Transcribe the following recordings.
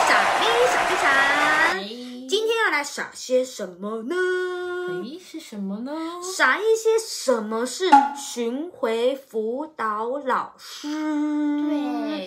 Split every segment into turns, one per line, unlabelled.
傻咪小剧场，今天要来傻些什么呢？
是什么呢？
傻一些什么是巡回辅导老师？
对，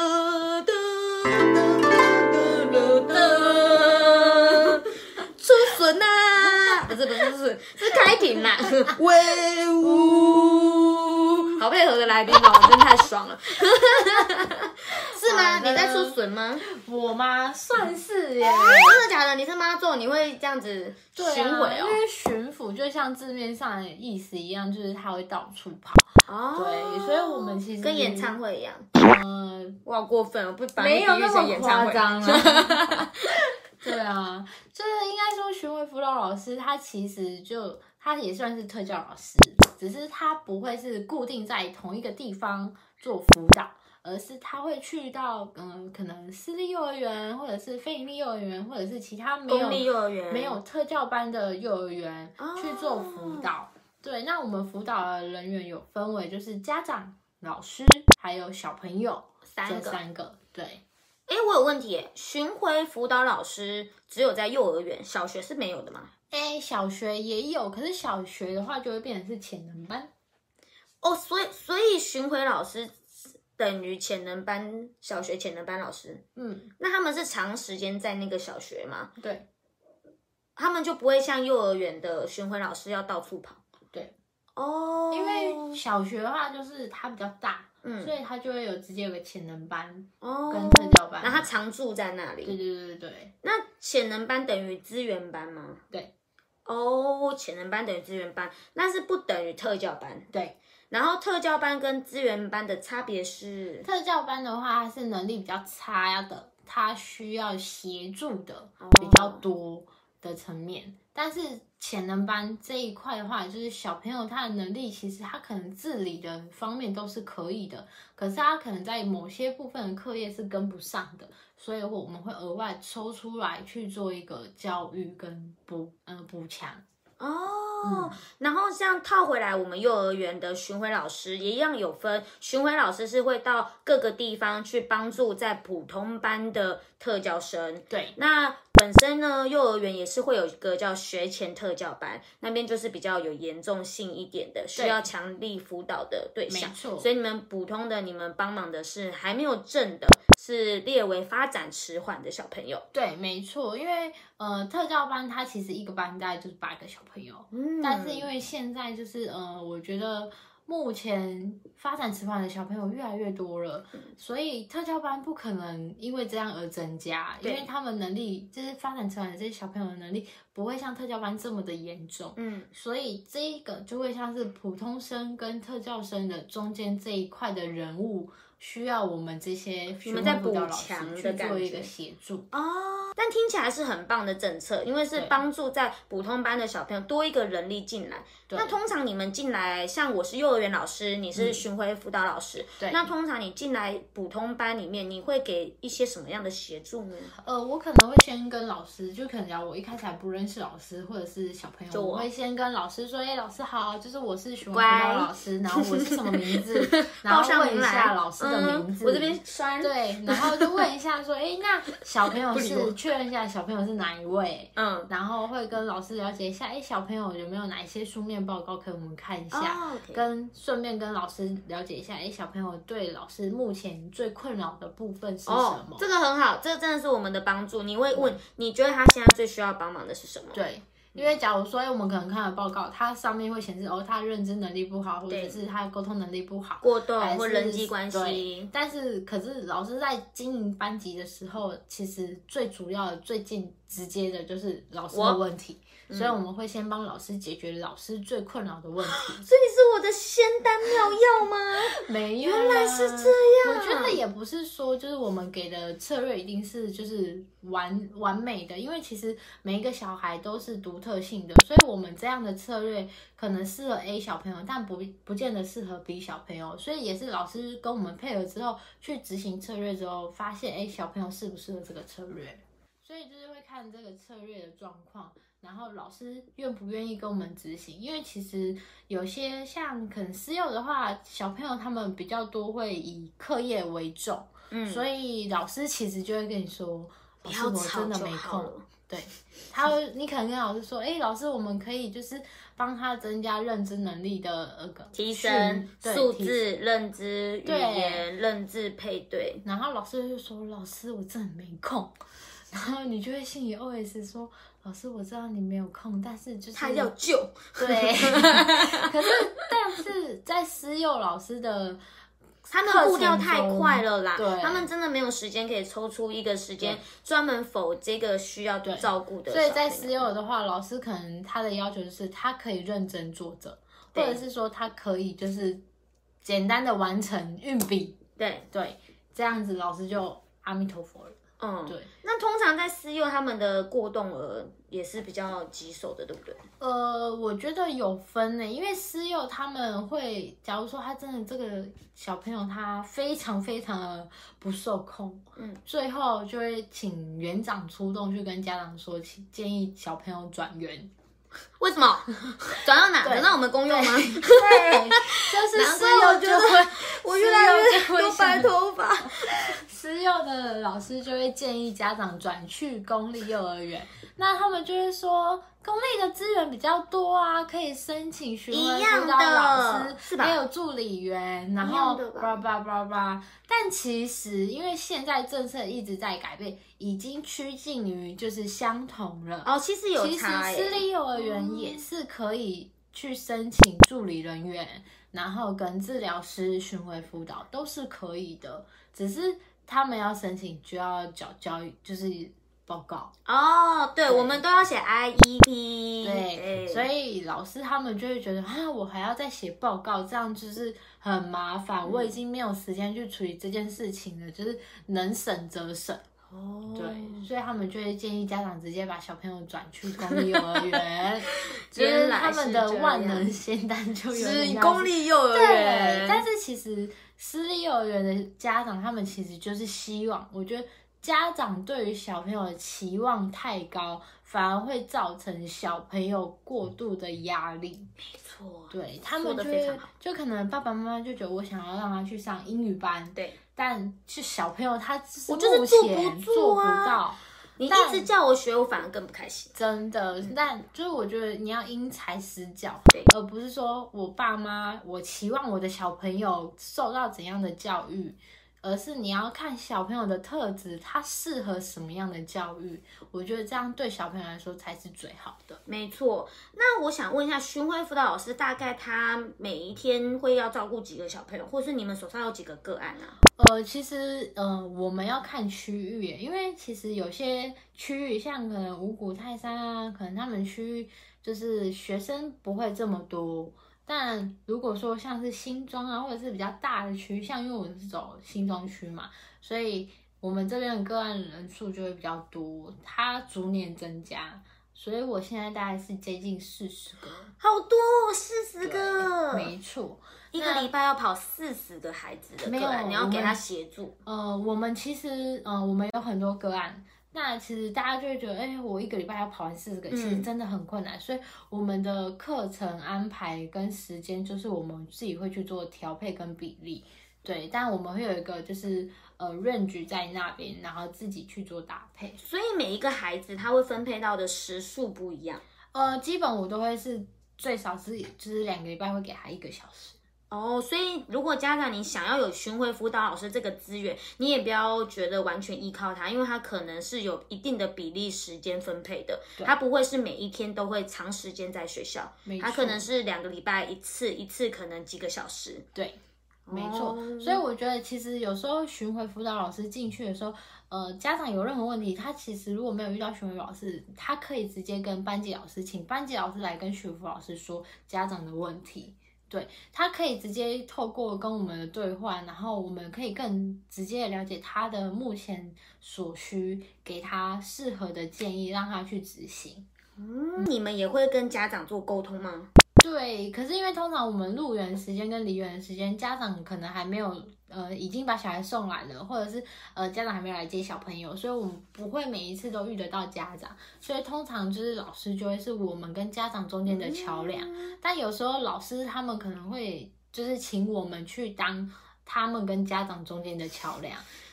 出巡啊！不是，是开庭啦！威武！好配合的来宾哦，真太爽了。是吗？你在出巡吗？
我吗？算是耶。
真的假的？你是妈祖，你会这样子巡回哦？
因为巡抚就像字面上的意思一样，就是他会到处跑。
哦，
对，所以我们其实
跟演唱会一样。我好过分，我不把
没有那么夸张啊。对啊，就是应该说巡回辅导老师，他其实他也算是特教老师，只是他不会是固定在同一个地方做辅导，而是他会去到可能私立幼儿园，或者是非营利幼儿园，或者是其他
公立幼儿园
没有特教班的幼儿园去做辅导。对，那我们辅导的人员有分为就是家长、老师还有小朋友这三个。对。
我有问题，巡回辅导老师只有在幼儿园，小学是没有的吗？
小学也有，可是小学的话就会变成是潜能班。
哦，所以巡回老师等于潜能班，小学潜能班老师。那他们是长时间在那个小学吗？
对，
他们就不会像幼儿园的巡回老师要到处跑。
对，
哦，
因为小学的话就是它比较大。所以他就会直接有个潜能班跟特教班，
然后他常住在那里。
对。
那潜能班等于资源班吗？
对。
哦，潜能班等于资源班，那是不等于特教班。
对。
然后特教班跟资源班的差别是，
特教班的话，它是能力比较差的，它需要协助的比较多的层面，但是潜能班这一块的话，就是小朋友他的能力，其实他可能自理的方面都是可以的，可是他可能在某些部分的课业是跟不上的，所以我们会额外抽出来去做一个教育跟补强。
然后像套回来，我们幼儿园的巡回老师也一样有分，巡回老师是会到各个地方去帮助在普通班的特教生。
对，
那本身呢，幼儿园也是会有一个叫学前特教班，那边就是比较有严重性一点的，需要强力辅导的对象。
没错，
所以你们普通的，你们帮忙的是还没有证的，是列为发展迟缓的小朋友。
对，没错，因为特教班它其实一个班大概就是8个小朋友，但是因为现在就是我觉得目前发展迟缓的小朋友越来越多了，所以特教班不可能因为这样而增加，因为他们能力就是发展迟缓的这些小朋友的能力不会像特教班这么的严重，所以这一个就会像是普通生跟特教生的中间这一块的人物，需要我们这些
你们在补强
去做一个协助
但听起来是很棒的政策，因为是帮助在普通班的小朋友多一个人力进来。那通常你们进来，像我是幼儿园老师，你是巡回辅导老师，那通常你进来普通班里面，你会给一些什么样的协助呢？
我可能会先跟老师，就可能讲我一开始还不认识老师或者是小朋友，我会先跟老师说，老师好，就是我是巡回辅导老师，然后我是什么名字，然后问一下老师的名字，
我这边酸，
对，然后就问一下说，那小朋友是确认一下小朋友是哪一位，然后会跟老师了解一下，小朋友有没有哪一些书面报告可以我们看一下，跟顺便跟老师了解一下，小朋友对老师目前最困扰的部分是什么？
这个很好，这真的是我们的帮助。你会问，你觉得他现在最需要帮忙的是什么？
对。因为假如说，我们可能看了报告，它上面会显示他认知能力不好，或者是他沟通能力不好，
过动或人际关系。
但是，可是老师在经营班级的时候，其实最主要的、最直接的就是老师的问题。所以我们会先帮老师解决老师最困扰的问题。
所以你是我的仙丹妙药吗？
没有，
原来是这样。
我觉得也不是说就是我们给的策略一定是就是完美的，因为其实每一个小孩都是独特性的，所以我们这样的策略可能适合 A 小朋友，但不见得适合 B 小朋友。所以也是老师跟我们配合之后去执行策略之后，发现小朋友适不适合这个策略。所以就是会看这个策略的状况，然后老师愿不愿意跟我们执行。因为其实有些像可能私幼的话，小朋友他们比较多会以课业为重，所以老师其实就会跟你说， 老师我真的没空。对，你可能跟老师说，老师我们可以就是帮他增加认知能力的
提升数字认知、语言认知配对，
然后老师就说，老师我真的没空，然后你就会心里 OS 说，老师我知道你没有空，但是就是
他要救，
对，但是在私幼老师的。
他们步调太快了啦，他们真的没有时间可以抽出一个时间专门否这个需要照顾的。
所以在私幼的话，老师可能他的要求就是他可以认真坐着，或者是说他可以就是简单的完成运笔，对，这样子老师就阿弥陀佛了。对。
那通常在私幼他们的过动儿也是比较棘手的，对不对？
我觉得有分呢，因为私幼他们会，假如说他真的这个小朋友他非常非常的不受控，最后就会请园长出动去跟家长说，建议小朋友转园。
为什么？转到哪？转到我们公用吗？
对，就是私幼就会，
我越来越多白头发。
私幼的老师就会建议家长转去公立幼儿园，那他们就会说，公立的资源比较多啊，可以申请询问辅导老师，还有助理员，然后叭叭叭叭。但其实因为现在政策一直在改变，已经趋近于就是相同了。
其实有差
其实私立幼儿园也是可以去申请助理人员，然后跟治疗师巡回辅导都是可以的，只是他们要申请就要缴教育就是报告。
对，我们都要写 IEP。
对，所以老师他们就会觉得我还要再写报告，这样就是很麻烦，我已经没有时间去处理这件事情了，就是能省则省。对，所以他们就会建议家长直接把小朋友转去公立幼儿园，就是他们的万能仙丹就有点像
公立幼儿园。
对，但是其实私立幼儿园的家长他们其实就是希望，我觉得家长对于小朋友的期望太高，反而会造成小朋友过度的压力。
没错，
对，他们就可能爸爸妈妈就觉得我想要让他去上英语班，
对，
但是小朋友他
我就是
做不到。
你一直叫我学，我反而更不开心。
真的，但就是我觉得你要因材施教，而不是说我爸妈我期望我的小朋友受到怎样的教育，而是你要看小朋友的特质，他适合什么样的教育。我觉得这样对小朋友来说才是最好的。
没错。那我想问一下，巡回辅导老师大概他每一天会要照顾几个小朋友，或是你们手上有几个个案啊？
其实我们要看区域耶，因为其实有些区域像可能五股泰山啊，可能他们区域就是学生不会这么多。但如果说像是新庄啊，或者是比较大的区，像因为我是走新庄区嘛，所以我们这边的个案人数就会比较多，它逐年增加，所以我现在大概是接近40个，
好多40个，
没错，
一个礼拜要跑40个孩子的个案，你要给他协助。
我们其实我们有很多个案。那其实大家就会觉得，我一个礼拜要跑完40个，其实真的很困难。所以我们的课程安排跟时间，就是我们自己会去做调配跟比例。对，但我们会有一个就是range 在那边，然后自己去做搭配。
所以每一个孩子他会分配到的时数不一样。
基本我都会是最少是就是2个礼拜会给他1个小时。
所以如果家长你想要有巡回辅导老师这个资源，你也不要觉得完全依靠他，因为他可能是有一定的比例时间分配的，他不会是每一天都会长时间在学校，他可能是2个礼拜一次可能几个小时。
对，没错。所以我觉得其实有时候巡回辅导老师进去的时候，家长有任何问题，他其实如果没有遇到巡回老师，他可以直接跟班级老师，请班级老师来跟巡回辅导老师说家长的问题。对，他可以直接透过跟我们的对话，然后我们可以更直接的了解他的目前所需，给他适合的建议，让他去执行。
你们也会跟家长做沟通吗？
对，可是因为通常我们入园时间跟离园的时间，家长可能还没有已经把小孩送来了，或者是家长还没有来接小朋友，所以我们不会每一次都遇得到家长，所以通常就是老师就会是我们跟家长中间的桥梁。但有时候老师他们可能会就是请我们去当他们跟家长中间的桥梁，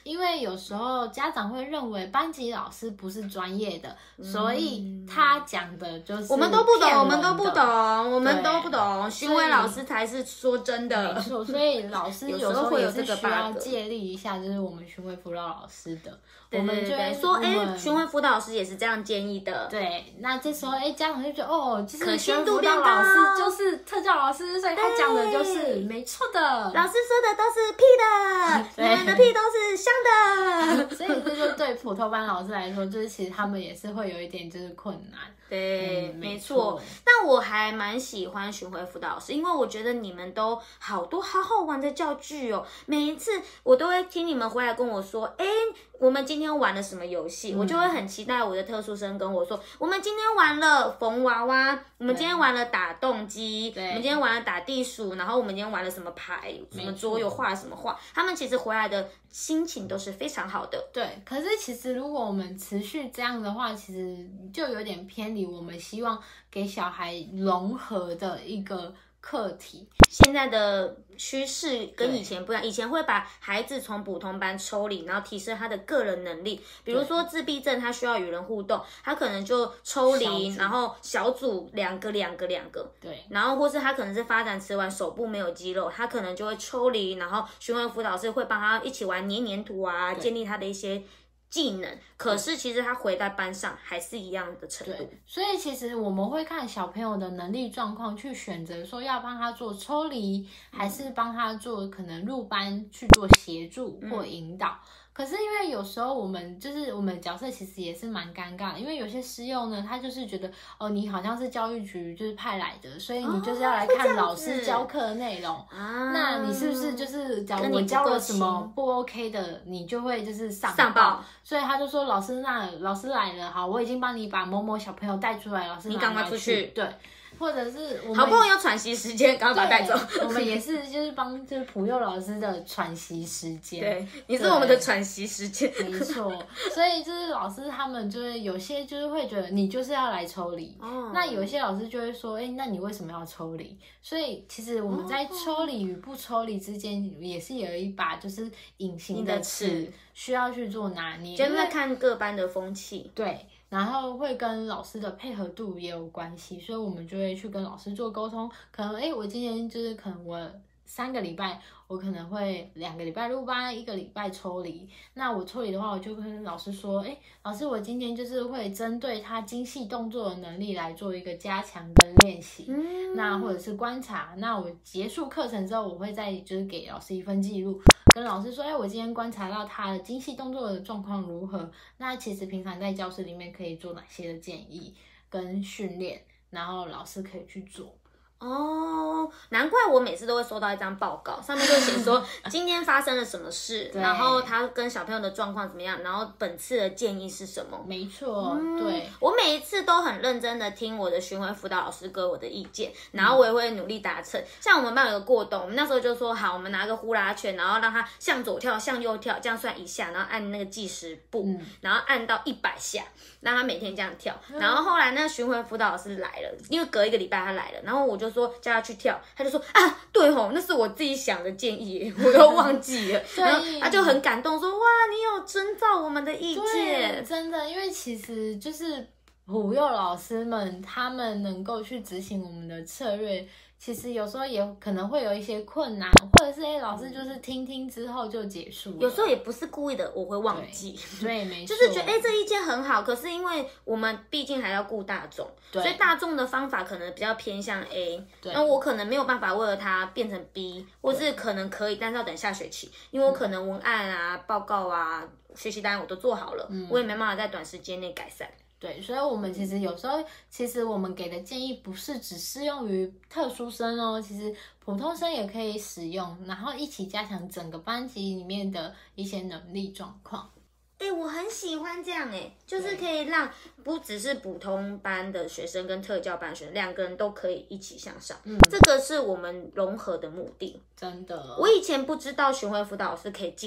因为有时候家长会认为班级老师不是专业的，所以他讲的就是
我们都不懂，我们都不懂，巡回老师才是说真的。
没错，所以老师有时候也是需要借力一下，就是我们巡回辅导老师的。
我们就会说，巡回辅导老师也是这样建议的。
对，那这时候家长就觉得就是
巡回辅导
老师就是特教老师，所以他讲的就是没错的。
老师说的都是屁的，你们的屁都是香的。
所以这就对普通班老师来说，就是其实他们也是会有一点就是困难。
对，没错。但我还蛮喜欢巡回辅导老师，因为我觉得你们都好多好好玩的教具哦。每一次我都会听你们回来跟我说，我们今天玩了什么游戏，我就会很期待我的特殊生跟我说，我们今天玩了缝娃娃，我们今天玩了打洞机，我们今天玩了打地鼠，然后我们今天玩了什么牌，什么桌游，画了什么画，他们其实回来的心情都是非常好的。
对，可是其实如果我们持续这样的话，其实就有点偏离我们希望给小孩融合的一个课题。
现在的趋势跟以前不一样，以前会把孩子从普通班抽离，然后提升他的个人能力，比如说自闭症他需要与人互动，他可能就抽离，然后小组两个，
对，
然后或是他可能是发展迟缓，手部没有肌肉，他可能就会抽离，然后巡回辅导师会帮他一起玩黏土啊，建立他的一些技能，可是其实他回到班上还是一样的程度。
所以其实我们会看小朋友的能力状况去选择说要帮他做抽离，还是帮他做可能入班去做协助或引导。可是因为有时候我们的角色其实也是蛮尴尬的，因为有些师幼呢，他就是觉得你好像是教育局就是派来的，所以你就是要来看老师教课的内容。那你是不是就是假如我教了什么不 OK 的，你就会就是上报？所以他就说老师来了，好，我已经帮你把某某小朋友带出来，老师
你赶快出去。
对。或者是我们
好不容易有喘息时间，赶快把他带走。
我们也是就是帮就是普幼老师的喘息时间。
对，你是我们的喘息时间。
没错，所以就是老师他们就是有些就是会觉得你就是要来抽离，那有些老师就会说，那你为什么要抽离？所以其实我们在抽离与不抽离之间也是有一把就是隐形的尺，需要去做拿捏，
就是看各班的风气。
对。然后会跟老师的配合度也有关系，所以我们就会去跟老师做沟通。可能我今天就是可能我3个礼拜，我可能会2个礼拜入班，1个礼拜抽离。那我抽离的话，我就跟老师说，老师，我今天就是会针对他精细动作的能力来做一个加强跟练习，那或者是观察。那我结束课程之后，我会再就是给老师一份记录。跟老师说，我今天观察到他的精细动作的状况如何？那其实平常在教室里面可以做哪些的建议跟训练，然后老师可以去做。
难怪我每次都会收到一张报告，上面就写说今天发生了什么事，然后他跟小朋友的状况怎么样，然后本次的建议是什么。
没错，对，
我每一次都很认真的听我的巡回辅导老师给我的意见，然后我也会努力达成。像我们班有个过动，我们那时候就说好，我们拿个呼啦圈，然后让他向左跳向右跳，这样算1下，然后按那个计时步，然后按到100下，让他每天这样跳。然后后来那巡回辅导老师来了，因为隔1个礼拜他来了，然后我就说叫他去跳，他就说对吼，那是我自己想的建议，我都忘记了。然后他就很感动说，哇，你有遵照我们的意见。
真的，因为其实就是普幼老师们他们能够去执行我们的策略，其实有时候也可能会有一些困难，或者是老师就是听之后就结束了。
有时候也不是故意的，我会忘记。
对，没错。
就是觉得这意见很好，可是因为我们毕竟还要顾大众，所以大众的方法可能比较偏向 A， 那我可能没有办法为了它变成 B， 或是可能可以，但是要等下学期，因为我可能文案啊、报告啊、学习单我都做好了，我也没办法在短时间内改善。
对，所以我们其实有时候，我们给的建议不是只适用于特殊生哦，其实普通生也可以使用，然后一起加强整个班级里面的一些能力状况。
我很喜欢这样就是可以让不只是普通班的学生跟特教班学生2个人都可以一起向上，这个是我们融合的目的。
真的，
我以前不知道巡回辅导老师可以进来，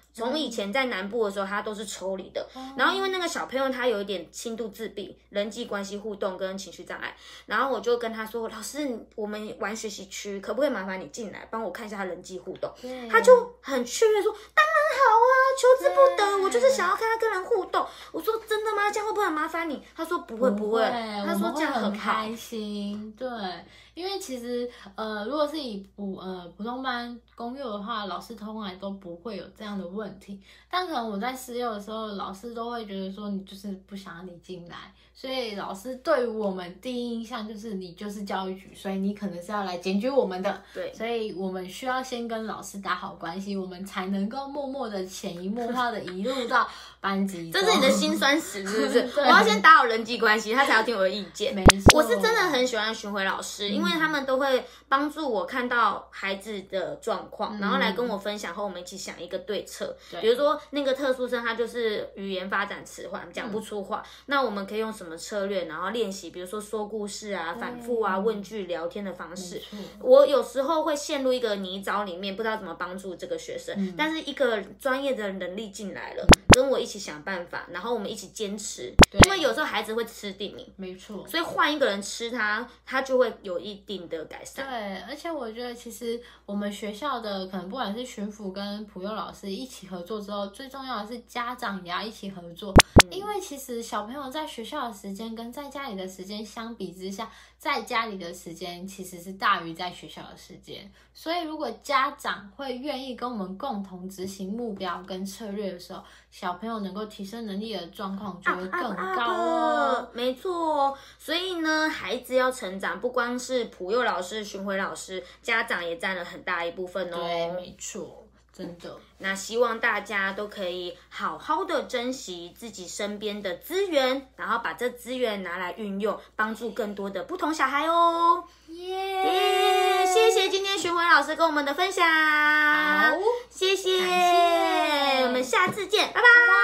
从以前在南部的时候，他都是抽离的。然后因为那个小朋友他有一点轻度自闭、人际关系互动跟情绪障碍，然后我就跟他说：“老师，我们玩学习区，可不可以麻烦你进来帮我看一下他人际互动？”他就很雀跃说：“当然好啊，求之不得，我就是想要看他跟人互动。”我说：“真的吗？这样会不会很麻烦你？”他说：“不会，他说这样
很
好
开心。对，因为其实如果是以普通班公幼的话，老师通常都不会有这样的问题。但可能我在私幼的时候，老师都会觉得说你就是不想让你进来，所以老师对于我们第一印象就是你就是教育局，所以你可能是要来检举我们的。
对，
所以我们需要先跟老师打好关系，我们才能够默默的潜移默化的移入到班级中。
这是你的辛酸史，是不是？我要先打好人际关系，他才要听我的意见。
没错，
我是真的很喜欢巡回老师，因为他们都会帮助我看到孩子的状况，然后来跟我分享，和我们一起想一个对策。比如说那个特殊生，他就是语言发展迟缓，讲不出话，那我们可以用什么策略，然后练习，比如说说故事啊、反复啊、问句、聊天的方式。我有时候会陷入一个泥沼里面，不知道怎么帮助这个学生，但是一个专业的能力进来了，跟我一起想办法，然后我们一起坚持，因为有时候孩子会吃定你，
没错，
所以换一个人吃他就会有一定的改善。
对，而且我觉得其实我们学校的可能不管是巡辅跟普幼老师一起合作之后，最重要的是家长也要一起合作，因为其实小朋友在学校的时间跟在家里的时间相比之下，在家里的时间其实是大于在学校的时间，所以如果家长会愿意跟我们共同执行目标跟策略的时候，小朋友能够提升能力的状况就会更高哦。
没错，所以呢，孩子要成长，不光是普幼老师、巡回老师，家长也占了很大一部分哦。
对，没错。真的，
那希望大家都可以好好的珍惜自己身边的资源，然后把这资源拿来运用，帮助更多的不同小孩哦。耶！谢谢今天巡回老师跟我们的分享，
好，
谢谢，我们下次见，拜拜。